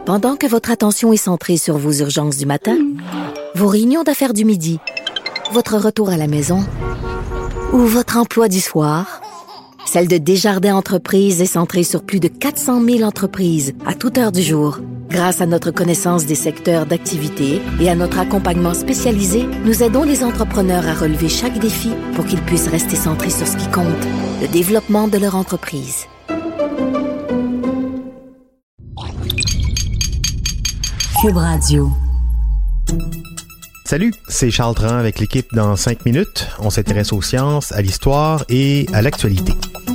Pendant que votre attention est centrée sur vos urgences du matin, vos réunions d'affaires du midi, votre retour à la maison ou votre emploi du soir, celle de Desjardins Entreprises est centrée sur plus de 400 000 entreprises à toute heure du jour. Grâce à notre connaissance des secteurs d'activité et à notre accompagnement spécialisé, nous aidons les entrepreneurs à relever chaque défi pour qu'ils puissent rester centrés sur ce qui compte, le développement de leur entreprise. Cube Radio. Salut, c'est Charles Tran avec l'équipe dans 5 minutes. On s'intéresse aux sciences, à l'histoire et à l'actualité.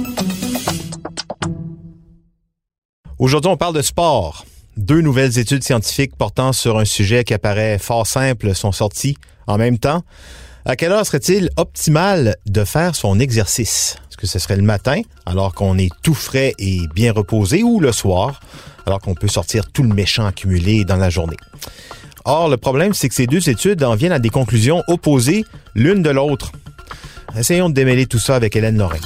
Aujourd'hui, on parle de sport. 2 nouvelles études scientifiques portant sur un sujet qui apparaît fort simple sont sorties en même temps. À quelle heure serait-il optimal de faire son exercice? Est-ce que ce serait le matin, alors qu'on est tout frais et bien reposé, ou le soir, alors qu'on peut sortir tout le méchant accumulé dans la journée? Or, le problème, c'est que ces 2 études en viennent à des conclusions opposées l'une de l'autre. Essayons de démêler tout ça avec Hélène Lorrain.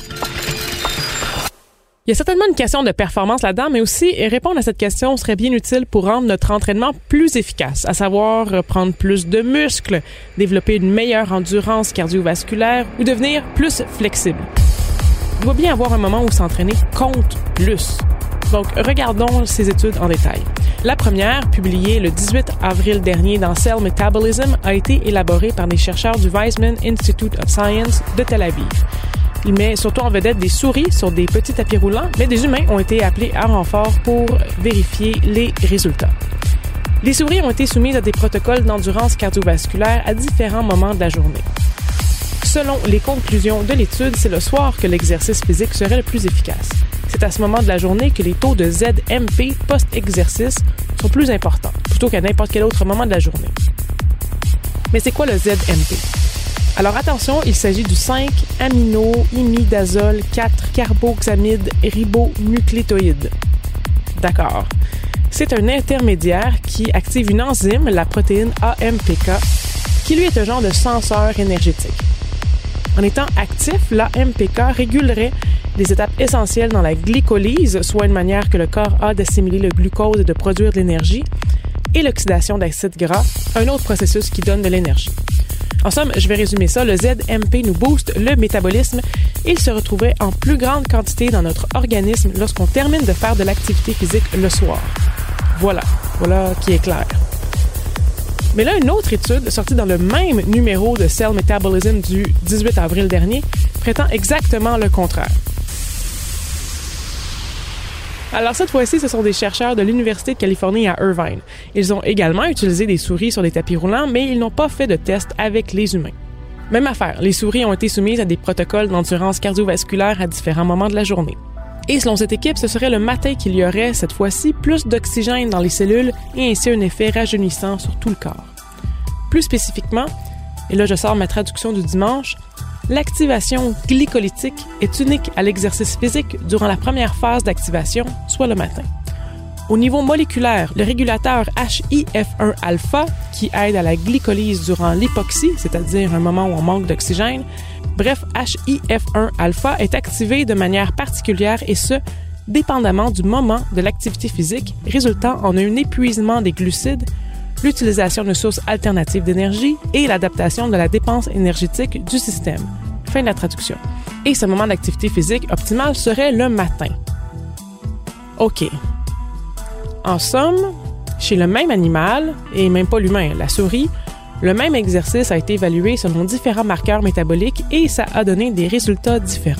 Il y a certainement une question de performance là-dedans, mais aussi répondre à cette question serait bien utile pour rendre notre entraînement plus efficace, à savoir prendre plus de muscles, développer une meilleure endurance cardiovasculaire ou devenir plus flexible. Il doit bien y avoir un moment où s'entraîner compte plus. Donc, regardons ces études en détail. La première, publiée le 18 avril dernier dans Cell Metabolism, a été élaborée par des chercheurs du Weizmann Institute of Science de Tel Aviv. Il met surtout en vedette des souris sur des petits tapis roulants, mais des humains ont été appelés à renfort pour vérifier les résultats. Les souris ont été soumises à des protocoles d'endurance cardiovasculaire à différents moments de la journée. Selon les conclusions de l'étude, c'est le soir que l'exercice physique serait le plus efficace. C'est à ce moment de la journée que les taux de ZMP post-exercice sont plus importants, plutôt qu'à n'importe quel autre moment de la journée. Mais c'est quoi le ZMP? Alors attention, il s'agit du 5-amino-imidazole 4-carboxamide ribonucléoïde. D'accord. C'est un intermédiaire qui active une enzyme, la protéine AMPK, qui lui est un genre de senseur énergétique. En étant actif, l'AMPK régulerait les étapes essentielles dans la glycolyse, soit une manière que le corps a d'assimiler le glucose et de produire de l'énergie, et l'oxydation d'acides gras, un autre processus qui donne de l'énergie. En somme, je vais résumer ça, le ZMP nous booste le métabolisme et il se retrouvait en plus grande quantité dans notre organisme lorsqu'on termine de faire de l'activité physique le soir. Voilà qui est clair. Mais là, une autre étude, sortie dans le même numéro de Cell Metabolism du 18 avril dernier, prétend exactement le contraire. Alors cette fois-ci, ce sont des chercheurs de l'Université de Californie à Irvine. Ils ont également utilisé des souris sur des tapis roulants, mais ils n'ont pas fait de test avec les humains. Même affaire, les souris ont été soumises à des protocoles d'endurance cardiovasculaire à différents moments de la journée. Et selon cette équipe, ce serait le matin qu'il y aurait, cette fois-ci, plus d'oxygène dans les cellules et ainsi un effet rajeunissant sur tout le corps. Plus spécifiquement, et là je sors ma traduction du dimanche, l'activation glycolytique est unique à l'exercice physique durant la première phase d'activation, soit le matin. Au niveau moléculaire, le régulateur HIF1-alpha, qui aide à la glycolyse durant l'hypoxie, c'est-à-dire un moment où on manque d'oxygène, bref, HIF1-alpha est activé de manière particulière et ce, dépendamment du moment de l'activité physique, résultant en un épuisement des glucides, l'utilisation de sources alternatives d'énergie et l'adaptation de la dépense énergétique du système. Fin de la traduction. Et ce moment d'activité physique optimal serait le matin. OK. En somme, chez le même animal, et même pas l'humain, la souris, le même exercice a été évalué selon différents marqueurs métaboliques et ça a donné des résultats différents.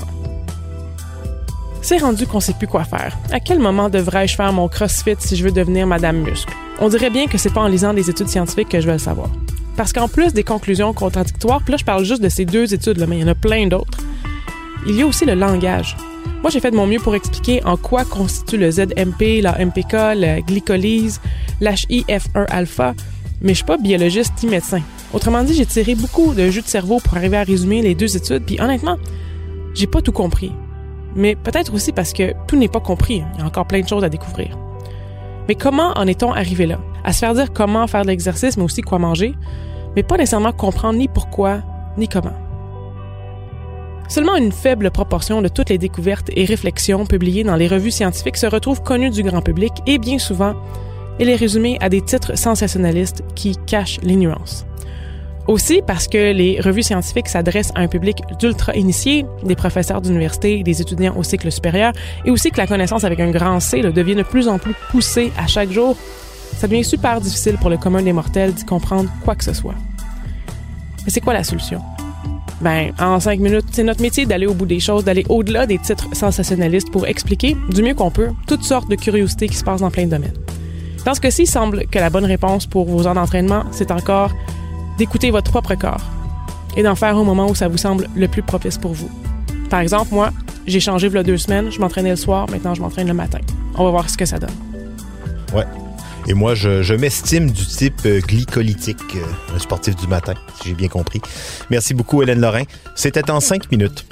C'est rendu qu'on sait plus quoi faire. À quel moment devrais-je faire mon CrossFit si je veux devenir Madame Muscle? On dirait bien que c'est pas en lisant des études scientifiques que je vais le savoir. Parce qu'en plus des conclusions contradictoires, puis là je parle juste de ces 2 études-là, mais il y en a plein d'autres, il y a aussi le langage. Moi, j'ai fait de mon mieux pour expliquer en quoi constitue le ZMP, la MPK, la glycolyse, l'HIF1-alpha, mais je suis pas biologiste ni médecin. Autrement dit, j'ai tiré beaucoup de jus de cerveau pour arriver à résumer les 2 études, puis honnêtement, j'ai pas tout compris. Mais peut-être aussi parce que tout n'est pas compris, il y a encore plein de choses à découvrir. Mais comment en est-on arrivé là? À se faire dire comment faire de l'exercice, mais aussi quoi manger, mais pas nécessairement comprendre ni pourquoi, ni comment. Seulement une faible proportion de toutes les découvertes et réflexions publiées dans les revues scientifiques se retrouvent connues du grand public et bien souvent, et les résumés à des titres sensationnalistes qui cachent les nuances. Aussi parce que les revues scientifiques s'adressent à un public d'ultra-initiés, des professeurs d'université, des étudiants au cycle supérieur, et aussi que la connaissance avec un grand C devient de plus en plus poussée à chaque jour, ça devient super difficile pour le commun des mortels d'y comprendre quoi que ce soit. Mais c'est quoi la solution? En 5 minutes, c'est notre métier d'aller au bout des choses, d'aller au-delà des titres sensationnalistes pour expliquer, du mieux qu'on peut, toutes sortes de curiosités qui se passent dans plein de domaines. Dans ce cas-ci, il semble que la bonne réponse pour vos heures d'entraînement, c'est encore d'écouter votre propre corps et d'en faire au moment où ça vous semble le plus propice pour vous. Par exemple, moi, j'ai changé il y a 2 semaines, je m'entraînais le soir, maintenant je m'entraîne le matin. On va voir ce que ça donne. Ouais. Et moi, je m'estime du type glycolytique, un sportif du matin, si j'ai bien compris. Merci beaucoup, Hélène Lorrain. C'était en 5 minutes.